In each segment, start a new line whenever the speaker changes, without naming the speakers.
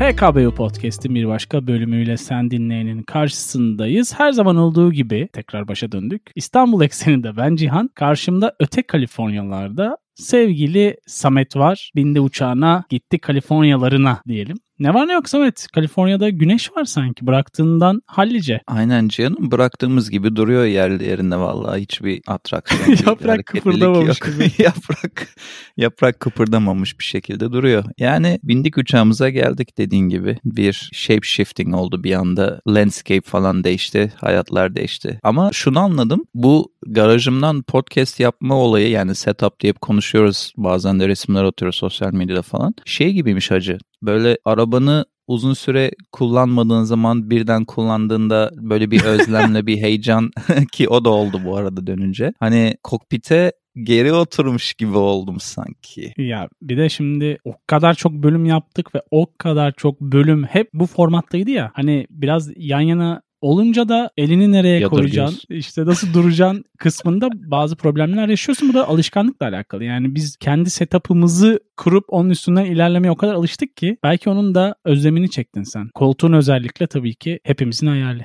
PKBU Podcast'in bir başka bölümüyle sen dinleyenin karşısındayız. Her zaman olduğu gibi tekrar başa döndük. İstanbul ekseninde ben Cihan, karşımda öte Kaliforniyalarda sevgili Samet var. Bindi uçağına, gitti Kaliforniyalarına diyelim. Ne var ne yok Samet? Kaliforniya'da güneş var sanki, bıraktığından hallice.
Aynen canım, bıraktığımız gibi duruyor yerinde vallahi, hiçbir atraksiyon
Yaprak kıpırdamamış gibi.
Yaprak kıpırdamamış bir şekilde duruyor. Yani bindik uçağımıza, geldik dediğin gibi. Bir shape shifting oldu bir anda. Landscape falan değişti, hayatlar değişti. Ama şunu anladım, bu garajımdan podcast yapma olayı, yani setup diye konuşuyoruz. Bazen de resimler atıyoruz sosyal medyada falan. Şey gibiymiş hacı. Böyle arabanı uzun süre kullanmadığın zaman birden kullandığında böyle bir özlemle bir heyecan ki o da oldu bu arada dönünce. Hani kokpite geri oturmuş gibi oldum sanki.
Ya bir de şimdi o kadar çok bölüm yaptık ve o kadar çok bölüm hep bu formattaydı ya. Hani biraz yan yana olunca da elini nereye koyacaksın, işte nasıl duracaksın kısmında bazı problemler yaşıyorsun. Bu da alışkanlıkla alakalı. Yani biz kendi setup'ımızı kurup onun üstünden ilerlemeye o kadar alıştık ki belki onun da özlemini çektin sen. Koltuğun özellikle tabii ki hepimizin hayali.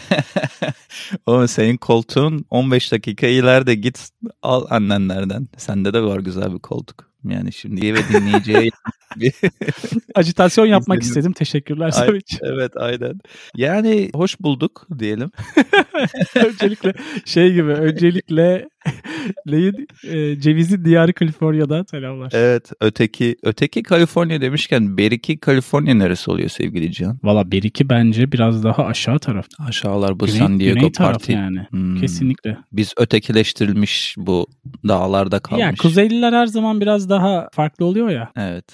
O senin koltuğun 15 dakika ileride, git al annenlerden. Sende de var güzel bir koltuk. Yani şimdi ve dinleyiciye
ajitasyon yapmak istedim. Teşekkürler Samet.
Evet, aynen. Yani hoş bulduk diyelim.
Öncelikle öncelikle Cevizli Diyarı Kaliforniya'dan selamlar.
Evet, öteki Kaliforniya demişken Beriki Kaliforniya neresi oluyor sevgili Cihan?
Valla Beriki bence biraz daha aşağı taraf.
Aşağılar bu San Diego Parti.
Yani. Kesinlikle.
Biz ötekileştirilmiş, bu dağlarda kalmış.
Ya Kuzeyliler her zaman biraz daha farklı oluyor ya.
Evet.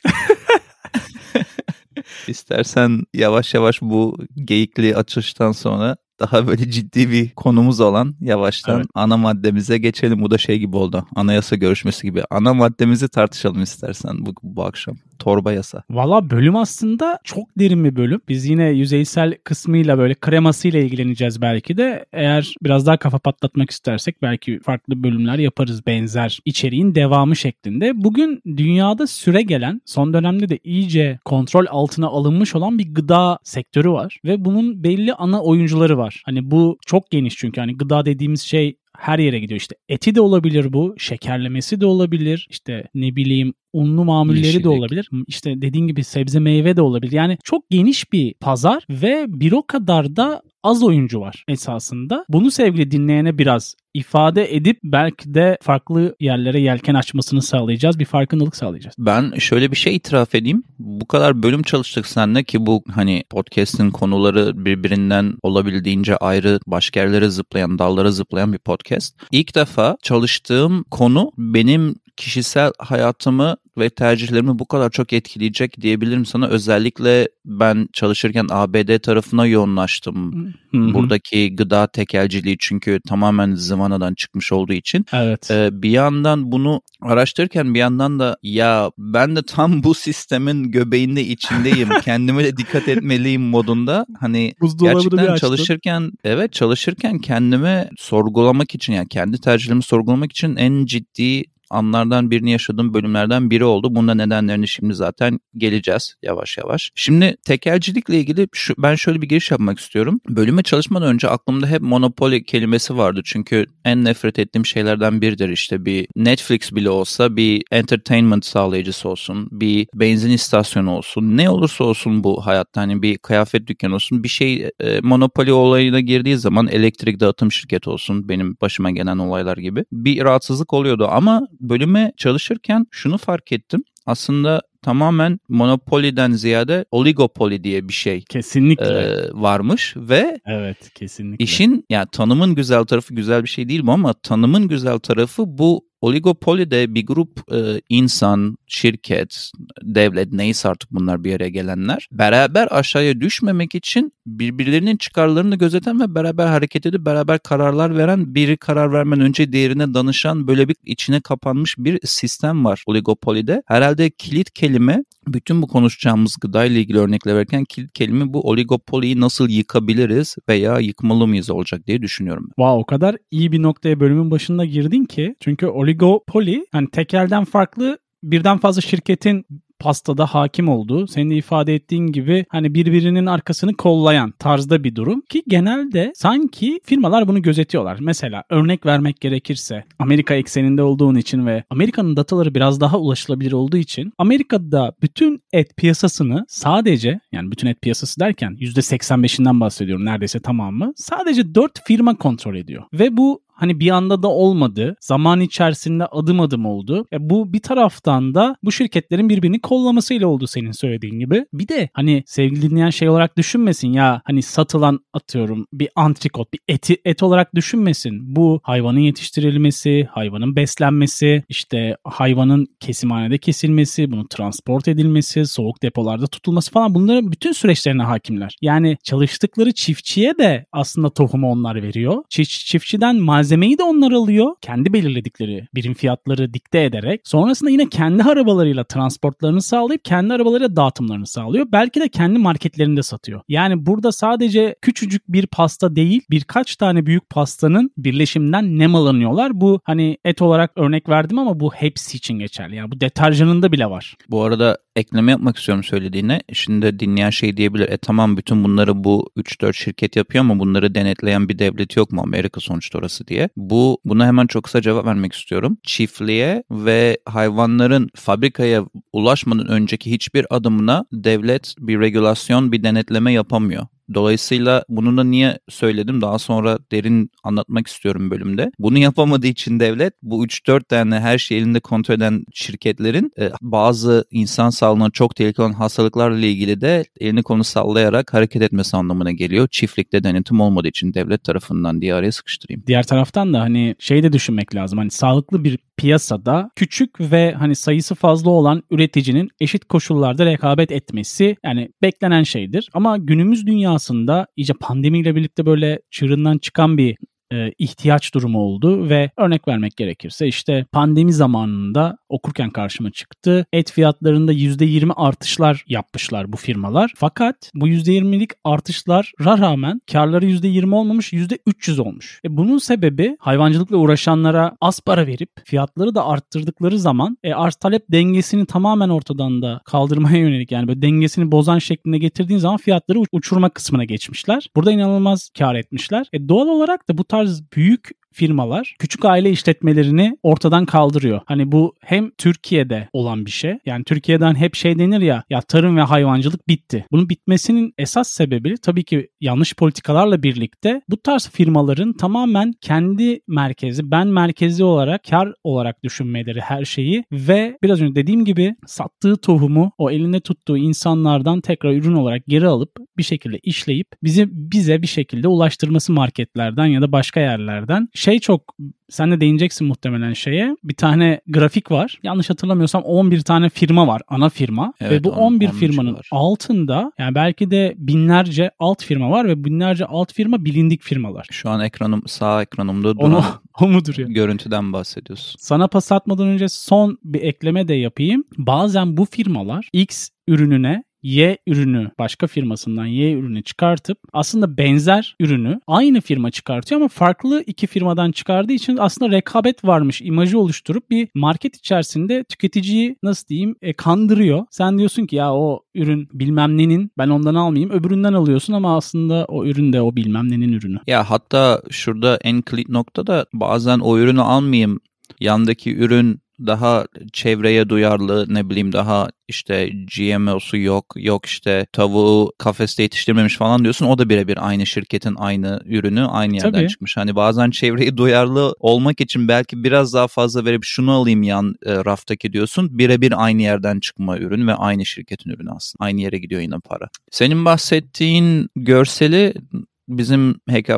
İstersen yavaş yavaş bu geyikli açıştan sonra daha böyle ciddi bir konumuz olan yavaştan ana maddemize geçelim. Bu da şey gibi oldu. Anayasa görüşmesi gibi. Ana maddemizi tartışalım istersen bu akşam. Torba yasa.
Valla bölüm aslında çok derin bir bölüm. Biz yine yüzeysel kısmıyla böyle kremasıyla ilgileneceğiz belki de. Eğer biraz daha kafa patlatmak istersek belki farklı bölümler yaparız, benzer içeriğin devamı şeklinde. Bugün dünyada süregelen, son dönemde de iyice kontrol altına alınmış olan bir gıda sektörü var. Ve bunun belli ana oyuncuları var. Hani bu çok geniş çünkü hani gıda dediğimiz şey her yere gidiyor. İşte eti de olabilir bu, şekerlemesi de olabilir, işte ne bileyim unlu mamulleri de olabilir. İşte dediğin gibi sebze meyve de olabilir. Yani çok geniş bir pazar ve bir o kadar da az oyuncu var esasında. Bunu sevgili dinleyene biraz ifade edip belki de farklı yerlere yelken açmasını sağlayacağız. Bir farkındalık sağlayacağız.
Ben şöyle bir şey itiraf edeyim. Bu kadar bölüm çalıştık seninle ki bu hani podcast'in konuları birbirinden olabildiğince ayrı, başka yerlere zıplayan, dallara zıplayan bir podcast. İlk defa çalıştığım konu benim kişisel hayatımı ve tercihlerimi bu kadar çok etkileyecek diyebilirim sana. Özellikle ben çalışırken ABD tarafına yoğunlaştım. Hı-hı. Buradaki gıda tekelciliği çünkü tamamen zıvanadan çıkmış olduğu için.
Evet.
Bir yandan bunu araştırırken bir yandan da ya ben de tam bu sistemin göbeğinde içindeyim. Kendime de dikkat etmeliyim modunda. Hani gerçekten çalışırken kendime sorgulamak için, yani kendi tercihlerimi sorgulamak için en ciddi anlardan birini yaşadığım bölümlerden biri oldu. Bunun da nedenlerini şimdi zaten geleceğiz yavaş yavaş. Şimdi tekelcilikle ilgili ben şöyle bir giriş yapmak istiyorum. Bölüme çalışmadan önce aklımda hep monopoli kelimesi vardı. Çünkü en nefret ettiğim şeylerden biridir. İşte bir Netflix bile olsa, bir entertainment sağlayıcısı olsun, bir benzin istasyonu olsun, ne olursa olsun bu hayatta, hani bir kıyafet dükkanı olsun, bir şey monopoli olayına girdiği zaman, elektrik dağıtım şirketi olsun, benim başıma gelen olaylar gibi bir rahatsızlık oluyordu. Ama bölüme çalışırken şunu fark ettim. Aslında tamamen monopoliden ziyade oligopoli diye bir şey
kesinlikle
varmış ve
evet, kesinlikle.
İşin, yani tanımın güzel tarafı, güzel bir şey değil bu ama tanımın güzel tarafı bu oligopolide bir grup insan, şirket, devlet, neyse artık bunlar bir araya gelenler beraber aşağıya düşmemek için birbirlerinin çıkarlarını gözeten ve beraber hareket edip beraber kararlar veren, biri karar vermeden önce diğerine danışan, böyle bir içine kapanmış bir sistem var oligopolide. Herhalde kilit kelime, bütün bu konuşacağımız gıdayla ilgili örnekler verirken kilit kelime bu oligopoliyi nasıl yıkabiliriz veya yıkmalı mıyız olacak diye düşünüyorum.
Wow, o kadar iyi bir noktaya bölümün başında girdin ki. Çünkü oligopoli hani tekelden farklı, birden fazla şirketin pastada hakim olduğu, senin de ifade ettiğin gibi hani birbirinin arkasını kollayan tarzda bir durum ki genelde sanki firmalar bunu gözetiyorlar. Mesela örnek vermek gerekirse Amerika ekseninde olduğun için ve Amerika'nın dataları biraz daha ulaşılabilir olduğu için Amerika'da bütün et piyasasını sadece, yani bütün et piyasası derken %85'inden bahsediyorum, neredeyse tamamı, sadece 4 firma kontrol ediyor. Ve bu hani bir anda da olmadı. Zaman içerisinde adım adım oldu. Bu bir taraftan da bu şirketlerin birbirini kollamasıyla oldu senin söylediğin gibi. Bir de hani sevgili dinleyen şey olarak düşünmesin ya, hani satılan atıyorum bir antrikot, bir et olarak düşünmesin. Bu hayvanın yetiştirilmesi, hayvanın beslenmesi, işte hayvanın kesimhanede kesilmesi, bunun transport edilmesi, soğuk depolarda tutulması falan, bunların bütün süreçlerine hakimler. Yani çalıştıkları çiftçiye de aslında tohumu onlar veriyor. Çiftçiden malzemeyi de onlar alıyor. Kendi belirledikleri birim fiyatları dikte ederek. Sonrasında yine kendi arabalarıyla transportlarını sağlayıp kendi arabalarıyla dağıtımlarını sağlıyor. Belki de kendi marketlerinde satıyor. Yani burada sadece küçücük bir pasta değil, birkaç tane büyük pastanın birleşiminden nemalanıyorlar. Bu hani et olarak örnek verdim ama bu hepsi için geçerli. Yani bu deterjanında bile var.
Bu arada ekleme yapmak istiyorum söylediğine. Şimdi dinleyen şey diyebilir. Tamam, bütün bunları bu 3-4 şirket yapıyor ama bunları denetleyen bir devlet yok mu? Amerika sonuçta orası diye. Buna hemen çok kısa cevap vermek istiyorum. Çiftliğe ve hayvanların fabrikaya ulaşmadan önceki hiçbir adımına devlet bir regülasyon, bir denetleme yapamıyor. Dolayısıyla bunu da niye söyledim, daha sonra derin anlatmak istiyorum bölümde. Bunu yapamadığı için devlet bu 3-4 tane her şeyi elinde kontrol eden şirketlerin bazı insan sağlığına çok tehlikeli olan hastalıklarla ilgili de elini kolunu sallayarak hareket etmesi anlamına geliyor. Çiftlikte denetim olmadığı için devlet tarafından diye araya sıkıştırayım.
Diğer taraftan da hani şey de düşünmek lazım. Hani sağlıklı bir piyasada küçük ve hani sayısı fazla olan üreticinin eşit koşullarda rekabet etmesi yani beklenen şeydir. Ama günümüz dünyasında iyice pandemiyle birlikte böyle çığırından çıkan bir ihtiyaç durumu oldu ve örnek vermek gerekirse işte pandemi zamanında okurken karşıma çıktı. Et fiyatlarında %20 artışlar yapmışlar bu firmalar. Fakat bu %20'lik artışlara rağmen karları %20 olmamış, %300 olmuş. Bunun sebebi hayvancılıkla uğraşanlara az para verip fiyatları da arttırdıkları zaman arz talep dengesini tamamen ortadan da kaldırmaya yönelik, yani böyle dengesini bozan şeklinde getirdiğin zaman fiyatları uçurma kısmına geçmişler. Burada inanılmaz kar etmişler. Doğal olarak da bu tarz büyük firmalar küçük aile işletmelerini ortadan kaldırıyor. Hani bu hem Türkiye'de olan bir şey. Yani Türkiye'den hep şey denir ya tarım ve hayvancılık bitti. Bunun bitmesinin esas sebebi tabii ki yanlış politikalarla birlikte bu tarz firmaların tamamen kendi merkezi, ben merkezi olarak, kar olarak düşünmeleri her şeyi ve biraz önce dediğim gibi sattığı tohumu o elinde tuttuğu insanlardan tekrar ürün olarak geri alıp bir şekilde işleyip bize bir şekilde ulaştırması marketlerden ya da başka yerlerden. Sen de değineceksin muhtemelen şeye. Bir tane grafik var. Yanlış hatırlamıyorsam 11 tane firma var. Ana firma. Evet, ve bu 11 firmanın altında yani belki de binlerce alt firma var ve binlerce alt firma bilindik firmalar.
Şu an sağ ekranımda duran
o mudur ya?
Görüntüden bahsediyorsun.
Sana pas atmadan önce son bir ekleme de yapayım. Bazen bu firmalar X ürününe Y ürünü başka firmasından Y ürünü çıkartıp aslında benzer ürünü aynı firma çıkartıyor ama farklı iki firmadan çıkardığı için aslında rekabet varmış imajı oluşturup bir market içerisinde tüketiciyi kandırıyor. Sen diyorsun ki ya o ürün bilmem nenin, ben ondan almayayım, öbüründen alıyorsun ama aslında o ürün de o bilmem nenin ürünü.
Ya hatta şurada en kilit nokta da bazen o ürünü almayayım, yandaki ürün daha çevreye duyarlı, daha işte GMO'su yok işte tavuğu kafeste yetiştirmemiş falan diyorsun. O da birebir aynı şirketin aynı ürünü aynı yerden Tabii. çıkmış. Hani bazen çevreye duyarlı olmak için belki biraz daha fazla verip şunu alayım yan raftaki diyorsun. Birebir aynı yerden çıkma ürün ve aynı şirketin ürünü aslında. Aynı yere gidiyor yine para. Senin bahsettiğin görseli bizim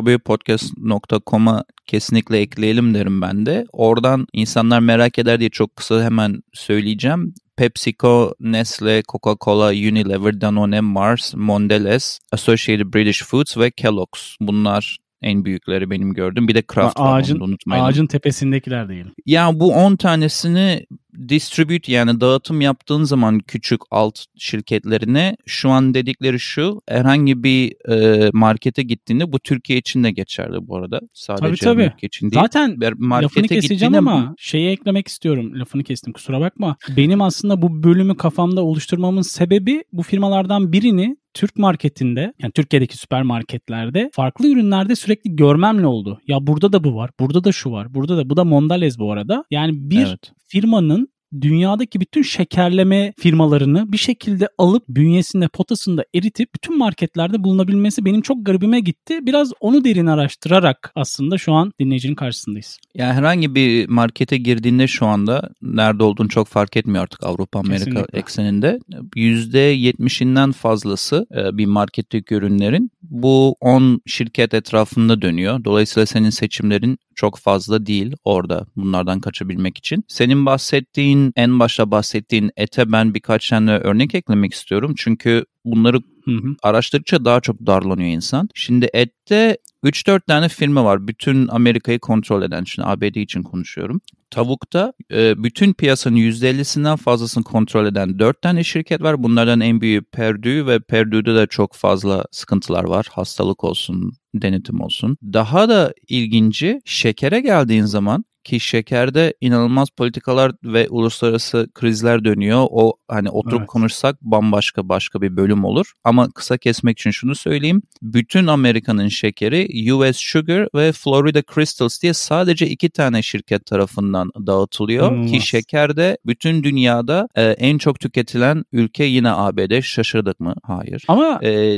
hkbpodcast.com'a kesinlikle ekleyelim derim ben de. Oradan insanlar merak eder diye çok kısa hemen söyleyeceğim. PepsiCo, Nestle, Coca-Cola, Unilever, Danone, Mars, Mondelez, Associated British Foods ve Kellogg's. Bunlar en büyükleri benim gördüğüm. Bir de Kraft var, onu da unutmayalım.
Ağacın tepesindekiler diyelim.
Ya bu 10 tanesini distribute yani dağıtım yaptığın zaman küçük alt şirketlerine şu an dedikleri şu, herhangi bir markete gittiğinde, bu Türkiye için de geçerli bu arada. Sadece Amerika için değil.
Zaten lafını keseceğim ama şeyi eklemek istiyorum. Lafını kestim, kusura bakma. Benim aslında bu bölümü kafamda oluşturmamın sebebi bu firmalardan birini Türk marketinde, yani Türkiye'deki süpermarketlerde farklı ürünlerde sürekli görmemle oldu. Ya burada da bu var, burada da şu var, burada da, bu da Mondelez bu arada. Yani bir firmanın dünyadaki bütün şekerleme firmalarını bir şekilde alıp bünyesinde, potasında eritip bütün marketlerde bulunabilmesi benim çok garibime gitti. Biraz onu derin araştırarak aslında şu an dinleyicinin karşısındayız.
Yani herhangi bir markete girdiğinde şu anda nerede olduğunu çok fark etmiyor artık Avrupa, Amerika Kesinlikle. Ekseninde. %70'inden fazlası bir marketteki ürünlerin bu 10 şirket etrafında dönüyor. Dolayısıyla senin seçimlerin çok fazla değil orada bunlardan kaçabilmek için. Senin en başta bahsettiğin ete ben birkaç tane örnek eklemek istiyorum. Çünkü bunları araştırdıkça daha çok darlanıyor insan. Şimdi ette 3-4 tane firma var. Bütün Amerika'yı kontrol eden. Şimdi ABD için konuşuyorum. Tavukta bütün piyasanın %50'sinden fazlasını kontrol eden 4 tane şirket var. Bunlardan en büyüğü Perdue ve Perdue'de de çok fazla sıkıntılar var. Hastalık olsun, denetim olsun. Daha da ilginci, şekere geldiğin zaman, ki şekerde inanılmaz politikalar ve uluslararası krizler dönüyor. O hani oturup konuşsak başka bir bölüm olur. Ama kısa kesmek için şunu söyleyeyim. Bütün Amerika'nın şekeri US Sugar ve Florida Crystals diye sadece 2 tane şirket tarafından dağıtılıyor. Ki şekerde bütün dünyada en çok tüketilen ülke yine ABD. Şaşırdık mı? Hayır.
Ama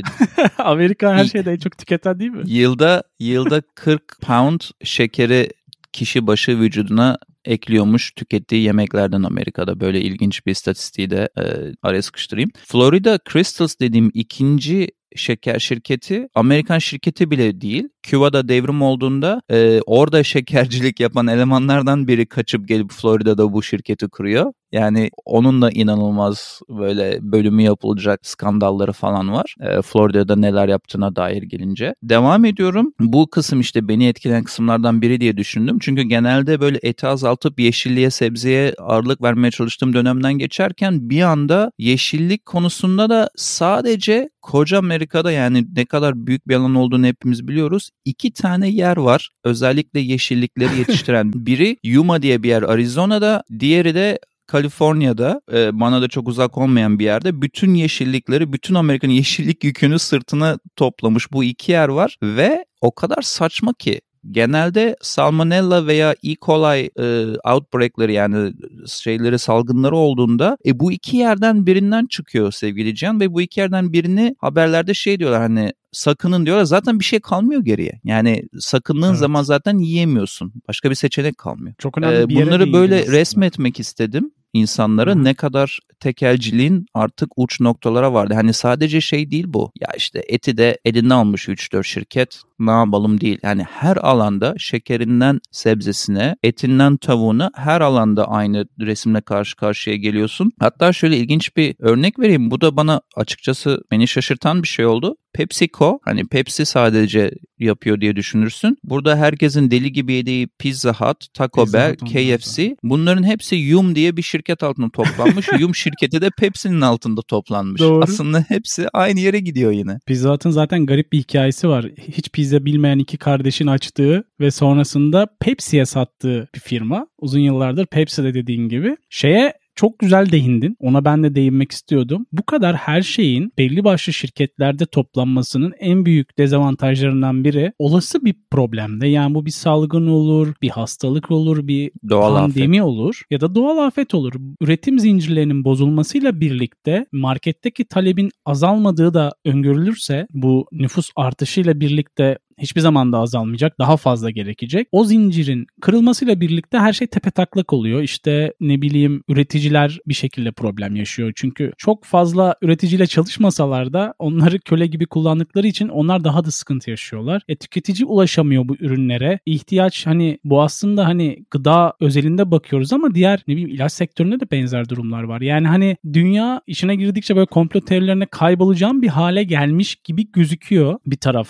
Amerika her şeyde en çok tüketen değil mi?
Yılda 40 pound şekeri kişi başı vücuduna ekliyormuş tükettiği yemeklerden Amerika'da. Böyle ilginç bir istatistiği de araya sıkıştırayım. Florida Crystals dediğim ikinci şeker şirketi Amerikan şirketi bile değil. Küba'da devrim olduğunda orada şekercilik yapan elemanlardan biri kaçıp gelip Florida'da bu şirketi kuruyor. Yani onun da inanılmaz böyle bölümü yapılacak skandalları falan var. Florida'da neler yaptığına dair gelince. Devam ediyorum. Bu kısım işte beni etkileyen kısımlardan biri diye düşündüm. Çünkü genelde böyle eti azaltıp yeşilliğe, sebzeye ağırlık vermeye çalıştığım dönemden geçerken bir anda yeşillik konusunda da sadece koca Amerika'da, yani ne kadar büyük bir alan olduğunu hepimiz biliyoruz, 2 tane yer var özellikle yeşillikleri yetiştiren. Biri Yuma diye bir yer Arizona'da, diğeri de Kaliforniya'da, bana da çok uzak olmayan bir yerde. Bütün yeşillikleri, bütün Amerika'nın yeşillik yükünü sırtına toplamış bu 2 yer var ve o kadar saçma ki. Genelde salmonella veya E. coli outbreak'leri, yani salgınları olduğunda bu 2 yerden birinden çıkıyor sevgili Can, ve bu 2 yerden birini haberlerde diyorlar, hani sakının diyorlar, zaten bir şey kalmıyor geriye. Yani sakındığın zaman zaten yiyemiyorsun. Başka bir seçenek kalmıyor.
Çok önemli bir yere
bunları böyle resmetmek istedim insanlara. Ne kadar tekelciliğin artık uç noktalara vardı. Hani sadece değil bu. Ya işte eti de elinden almış 3-4 şirket. Ne yapalım değil. Yani her alanda şekerinden sebzesine, etinden tavuğuna her alanda aynı resimle karşı karşıya geliyorsun. Hatta şöyle ilginç bir örnek vereyim. Bu da bana açıkçası beni şaşırtan bir şey oldu. PepsiCo, hani Pepsi sadece yapıyor diye düşünürsün. Burada herkesin deli gibi yediği Pizza Hut, Taco Bell, KFC, bunların hepsi Yum diye bir şirket altında toplanmış. Yum şirketi de Pepsi'nin altında toplanmış.
Doğru.
Aslında hepsi aynı yere gidiyor yine.
Pizza Hut'ın zaten garip bir hikayesi var. Hiç pizza bilmeyen 2 kardeşin açtığı ve sonrasında Pepsi'ye sattığı bir firma. Uzun yıllardır Pepsi'de dediğin gibi. Çok güzel değindin. Ona ben de değinmek istiyordum. Bu kadar her şeyin belli başlı şirketlerde toplanmasının en büyük dezavantajlarından biri olası bir problemde. Yani bu bir salgın olur, bir hastalık olur, bir pandemi olur ya da doğal afet olur. Üretim zincirlerinin bozulmasıyla birlikte marketteki talebin azalmadığı da öngörülürse, bu nüfus artışıyla birlikte hiçbir zaman da azalmayacak, daha fazla gerekecek. O zincirin kırılmasıyla birlikte her şey tepetaklak oluyor. İşte üreticiler bir şekilde problem yaşıyor. Çünkü çok fazla üreticiyle çalışmasalar da onları köle gibi kullandıkları için onlar daha da sıkıntı yaşıyorlar. Tüketici ulaşamıyor bu ürünlere. İhtiyaç, bu aslında gıda özelinde bakıyoruz ama diğer ilaç sektöründe de benzer durumlar var. Yani dünya işine girdikçe böyle komplo teorilerine kaybolacağım bir hale gelmiş gibi gözüküyor bir taraftan.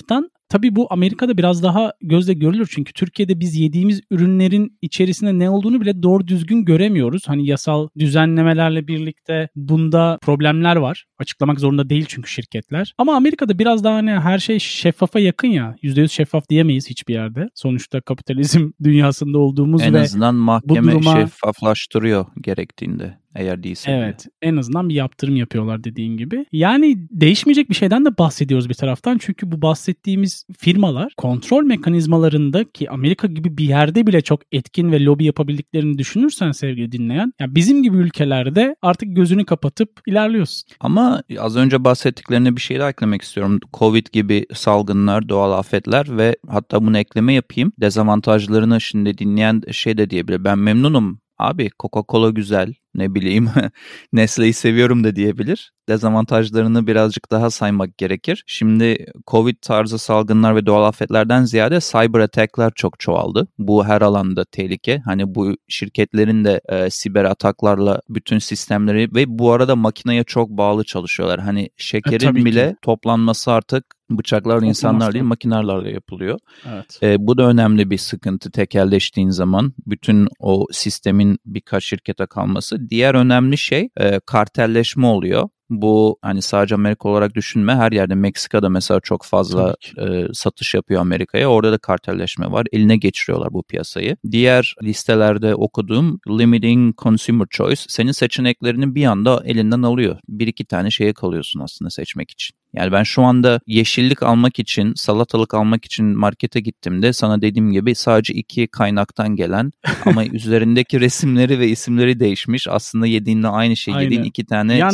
Tabii bu Amerika'da biraz daha gözle görülür. Çünkü Türkiye'de biz yediğimiz ürünlerin içerisinde ne olduğunu bile doğru düzgün göremiyoruz. Hani yasal düzenlemelerle birlikte bunda problemler var. Açıklamak zorunda değil çünkü şirketler. Ama Amerika'da biraz daha hani her şey şeffafa yakın ya. %100 şeffaf diyemeyiz hiçbir yerde. Sonuçta kapitalizm dünyasında olduğumuz
en
ve
azından mahkeme
bu duruma...
şeffaflaştırıyor gerektiğinde. Eğer değilse
evet,
bile.
En azından bir yaptırım yapıyorlar dediğin gibi. Yani değişmeyecek bir şeyden de bahsediyoruz bir taraftan. Çünkü bu bahsettiğimiz firmalar kontrol mekanizmalarında ki Amerika gibi bir yerde bile çok etkin ve lobi yapabildiklerini düşünürsen sevgili dinleyen, yani bizim gibi ülkelerde artık gözünü kapatıp ilerliyorsun.
Ama az önce bahsettiklerine bir şey daha eklemek istiyorum. Covid gibi salgınlar, doğal afetler ve hatta bunu ekleme yapayım. Dezavantajlarını şimdi dinleyen şey de diyebilir. Ben memnunum. Abi Coca-Cola güzel, ne bileyim Nestle'yi seviyorum da diyebilir. Dezavantajlarını birazcık daha saymak gerekir. Şimdi Covid tarzı salgınlar ve doğal afetlerden ziyade cyber attack'lar çok çoğaldı. Bu her alanda tehlike. Hani bu şirketlerin de siber ataklarla bütün sistemleri ve bu arada makineye çok bağlı çalışıyorlar. Hani şekerin bile toplanması artık bıçaklar insanlar değil makinelerle yapılıyor.
Evet.
Bu da önemli bir sıkıntı tekelleştiğin zaman bütün o sistemin birkaç şirkete kalması. Diğer önemli şey kartelleşme oluyor. Bu hani sadece Amerika olarak düşünme, her yerde Meksika'da mesela çok fazla satış yapıyor Amerika'ya. Orada da kartelleşme var. Eline geçiriyorlar bu piyasayı. Diğer listelerde okuduğum limiting consumer choice senin seçeneklerini bir anda elinden alıyor. Bir iki tane şeye kalıyorsun aslında seçmek için. Yani ben şu anda yeşillik almak için, salatalık almak için markete gittiğimde sana dediğim gibi sadece 2 kaynaktan gelen ama üzerindeki resimleri ve isimleri değişmiş. Aslında yediğinle aynı şey yediğin 2 tane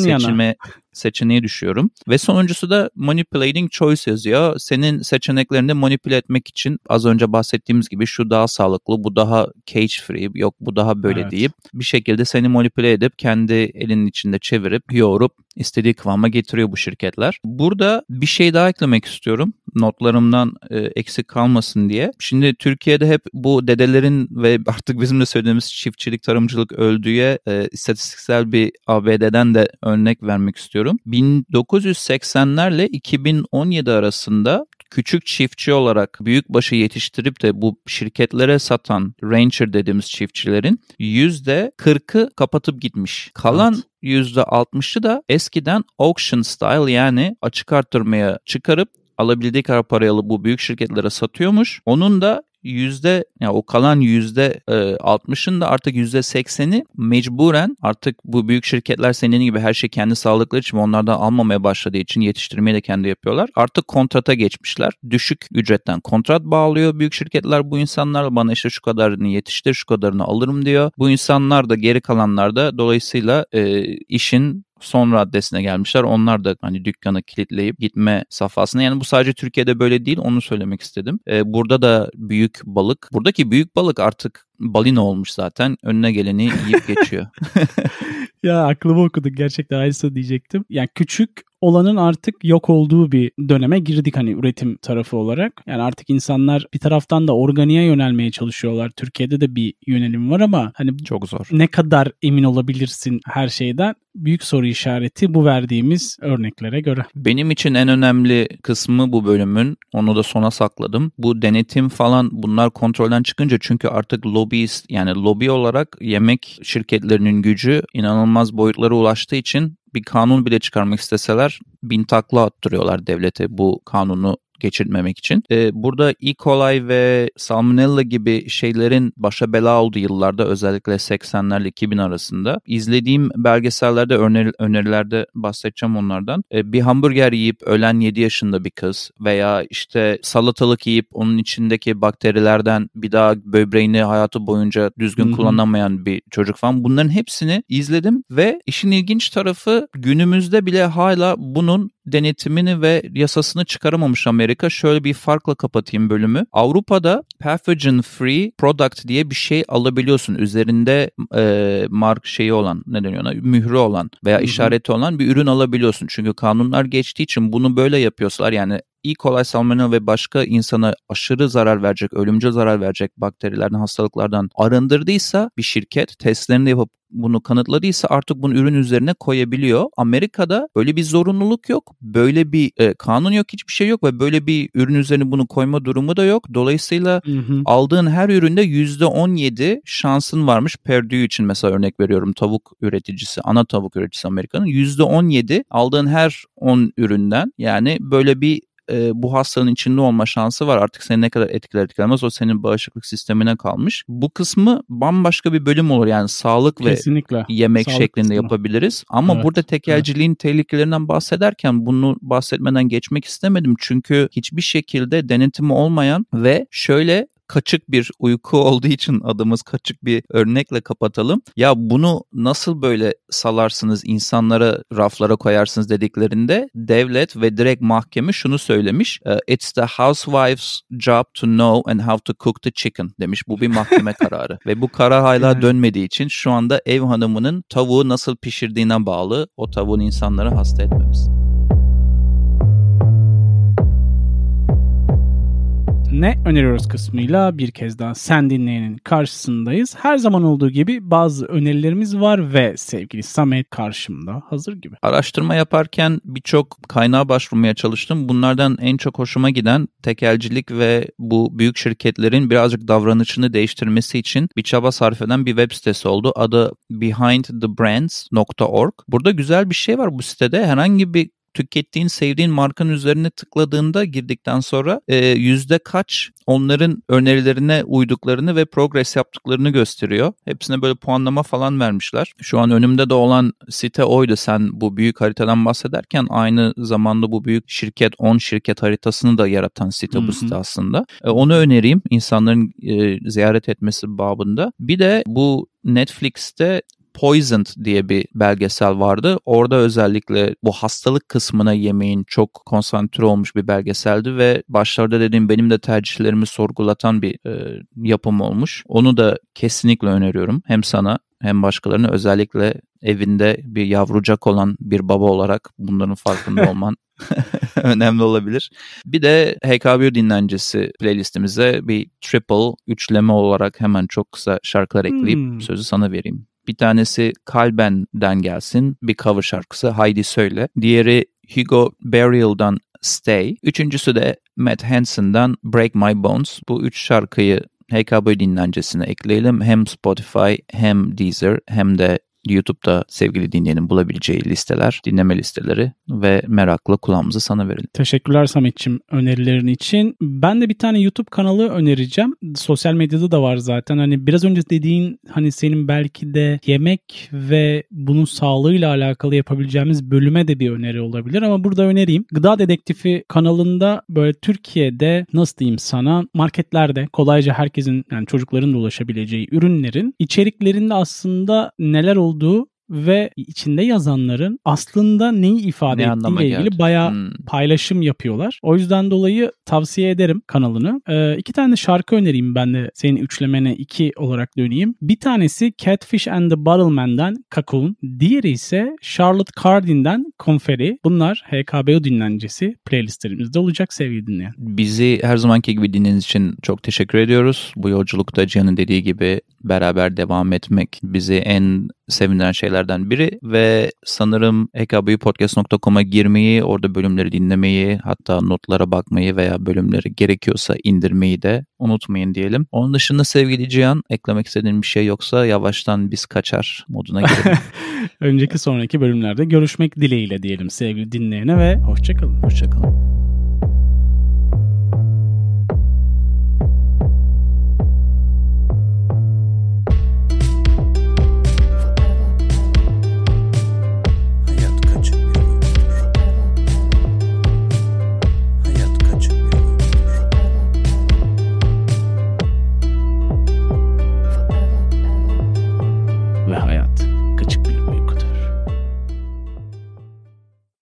seçeneğe düşüyorum. Ve sonuncusu da manipulating choice yazıyor. Senin seçeneklerini manipüle etmek için az önce bahsettiğimiz gibi şu daha sağlıklı, bu daha cage free, yok bu daha böyle deyip bir şekilde seni manipüle edip kendi elinin içinde çevirip yoğurup istediği kıvama getiriyor bu şirketler. Burada bir şey daha eklemek istiyorum. Notlarımdan eksik kalmasın diye. Şimdi Türkiye'de hep bu dedelerin ve artık bizim de söylediğimiz çiftçilik, tarımcılık öldüğüye istatistiksel bir ABD'den de örnek vermek istiyorum. 1980'lerle 2017 arasında küçük çiftçi olarak büyükbaşı yetiştirip de bu şirketlere satan rancher dediğimiz çiftçilerin %40'ı kapatıp gitmiş. Kalan %60'ı da eskiden auction style yani açık arttırmaya çıkarıp alabildiği kadar parayı alıp bu büyük şirketlere satıyormuş. Onun da o kalan %60'ın da artık %80'i mecburen artık bu büyük şirketler senin gibi her şey kendi sağlıkları için onlardan almamaya başladığı için yetiştirmeyi de kendi yapıyorlar. Artık kontrata geçmişler. Düşük ücretten kontrat bağlıyor büyük şirketler bu insanlarla, bana işte şu kadarını yetiştir, şu kadarını alırım diyor. Bu insanlar da geri kalanlar da dolayısıyla işin son raddesine gelmişler. Onlar da hani dükkanı kilitleyip gitme safhasına. Yani bu sadece Türkiye'de böyle değil, onu söylemek istedim. Burada da büyük balık. Buradaki büyük balık artık balina olmuş zaten. Önüne geleni yiyip geçiyor.
Ya aklımı okuduk, gerçekten aynısını diyecektim. Yani küçük olanın artık yok olduğu bir döneme girdik hani üretim tarafı olarak. Yani artık insanlar bir taraftan da organiğe yönelmeye çalışıyorlar. Türkiye'de de bir yönelim var ama hani
çok zor.
Ne kadar emin olabilirsin her şeyden? Büyük soru işareti bu verdiğimiz örneklere göre.
Benim için en önemli kısmı bu bölümün, onu da sona sakladım. Bu denetim falan, bunlar kontrolden çıkınca, çünkü artık lobbyist, yani lobi olarak yemek şirketlerinin gücü inanılmaz boyutlara ulaştığı için bir kanun bile çıkarmak isteseler 1000 takla attırıyorlar devlete bu kanunu geçirmemek için. Burada E. coli ve Salmonella gibi şeylerin başa bela olduğu yıllarda, özellikle 80'lerle 2000 arasında izlediğim belgesellerde, önerilerde bahsedeceğim onlardan. Bir hamburger yiyip ölen 7 yaşında bir kız veya işte salatalık yiyip onun içindeki bakterilerden bir daha böbreğini hayatı boyunca düzgün kullanamayan bir çocuk falan, bunların hepsini izledim ve işin ilginç tarafı, günümüzde bile hala bunun denetimini ve yasasını çıkaramamış Amerika. Şöyle bir farkla kapatayım bölümü. Avrupa'da pathogen free product diye bir şey alabiliyorsun. Üzerinde mark şeyi olan, ne deniyor ona, mührü olan veya işareti olan bir ürün alabiliyorsun. Çünkü kanunlar geçtiği için bunu böyle yapıyorsalar, yani E. coli, salmonella ve başka insana aşırı zarar verecek, ölümcül zarar verecek bakterilerden, hastalıklardan arındırdıysa bir şirket testlerini yapıp bunu kanıtladıysa artık bunu ürün üzerine koyabiliyor. Amerika'da böyle bir zorunluluk yok. Böyle bir kanun yok, hiçbir şey yok ve böyle bir ürün üzerine bunu koyma durumu da yok. Dolayısıyla aldığın her üründe %17 şansın varmış. Perdue için mesela örnek veriyorum, tavuk üreticisi, ana tavuk üreticisi Amerika'nın %17 aldığın her 10 üründen, yani böyle bir bu hastalığın içinde olma şansı var. Artık seni ne kadar etkilemez o senin bağışıklık sistemine kalmış. Bu kısmı bambaşka bir bölüm olur. Yani sağlık
kesinlikle.
Ve yemek
sağlık
şeklinde
kısmı
yapabiliriz. Ama burada tekelciliğin tehlikelerinden bahsederken bunu bahsetmeden geçmek istemedim. Çünkü hiçbir şekilde denetimi olmayan ve şöyle kaçık bir uyku olduğu için adımız kaçık bir örnekle kapatalım. Ya bunu nasıl böyle salarsınız, insanlara raflara koyarsınız dediklerinde devlet ve direkt mahkeme şunu söylemiş. It's the housewife's job to know and how to cook the chicken demiş. Bu bir mahkeme kararı. Ve bu karar hala dönmediği için şu anda ev hanımının tavuğu nasıl pişirdiğine bağlı o tavuğun insanları hasta etmemiz.
Ne öneriyoruz kısmıyla bir kez daha sen dinleyenin karşısındayız. Her zaman olduğu gibi bazı önerilerimiz var ve sevgili Samet karşımda hazır gibi.
Araştırma yaparken birçok kaynağa başvurmaya çalıştım. Bunlardan en çok hoşuma giden tekelcilik ve bu büyük şirketlerin birazcık davranışını değiştirmesi için bir çaba sarf eden bir web sitesi oldu. Adı behindthebrands.org. Burada güzel bir şey var bu sitede. Herhangi bir tükettiğin, sevdiğin markanın üzerine tıkladığında girdikten sonra yüzde kaç onların önerilerine uyduklarını ve progress yaptıklarını gösteriyor. Hepsine böyle puanlama falan vermişler. Şu an önümde de olan site oydu. Sen bu büyük haritadan bahsederken aynı zamanda bu büyük şirket 10 şirket haritasını da yaratan site bu site aslında. Onu önereyim insanların ziyaret etmesi babında. Bir de bu Netflix'te Poisoned diye bir belgesel vardı. Orada özellikle bu hastalık kısmına yemeğin çok konsantre olmuş bir belgeseldi ve başlarda dediğim benim de tercihlerimi sorgulatan bir yapım olmuş. Onu da kesinlikle öneriyorum. Hem sana hem başkalarına, özellikle evinde bir yavrucak olan bir baba olarak bunların farkında olman önemli olabilir. Bir de HKBO dinlencesi playlistimize bir triple üçleme olarak hemen çok kısa şarkılar ekleyip sözü sana vereyim. Bir tanesi Kalben'den gelsin, bir cover şarkısı Haydi Söyle. Diğeri Hugo Burial'dan Stay. Üçüncüsü de Matt Hansen'dan Break My Bones. Bu üç şarkıyı HKBO dinlencesine ekleyelim. Hem Spotify hem Deezer hem de YouTube'da sevgili dinleyenin bulabileceği listeler, dinleme listeleri ve merakla kulağımızı sana verelim.
Teşekkürler Samet'ciğim önerilerin için. Ben de bir tane YouTube kanalı önereceğim. Sosyal medyada da var zaten. Hani biraz önce dediğin, hani senin belki de yemek ve bunun sağlığıyla alakalı yapabileceğimiz bölüme de bir öneri olabilir ama burada önereyim. Gıda Dedektifi kanalında böyle Türkiye'de nasıl diyeyim sana, marketlerde kolayca herkesin, yani çocukların da ulaşabileceği ürünlerin içeriklerinde aslında neler olduğu ve içinde yazanların aslında neyi ifade ettiğiyle ilgili bayağı paylaşım yapıyorlar. O yüzden dolayı tavsiye ederim kanalını. 2 tane şarkı önereyim ben de senin üçlemene 2 olarak döneyim. Bir tanesi Catfish and the Bottleman'dan Cocoon. Diğeri ise Charlotte Cardin'den Confetti. Bunlar HKBO dinlencesi playlistlerimizde olacak sevgili dinleyen.
Bizi her zamanki gibi dinlediğiniz için çok teşekkür ediyoruz. Bu yolculukta Cihan'ın dediği gibi beraber devam etmek bizi en sevindiren şeylerden biri ve sanırım hkbopodcast.com'a girmeyi, orada bölümleri dinlemeyi, hatta notlara bakmayı veya bölümleri gerekiyorsa indirmeyi de unutmayın diyelim. Onun dışında sevgili Cihan, eklemek istediğin bir şey yoksa yavaştan biz kaçar moduna girelim.
Önceki sonraki bölümlerde görüşmek dileğiyle diyelim sevgili dinleyene ve hoşçakalın.
Hoşçakalın.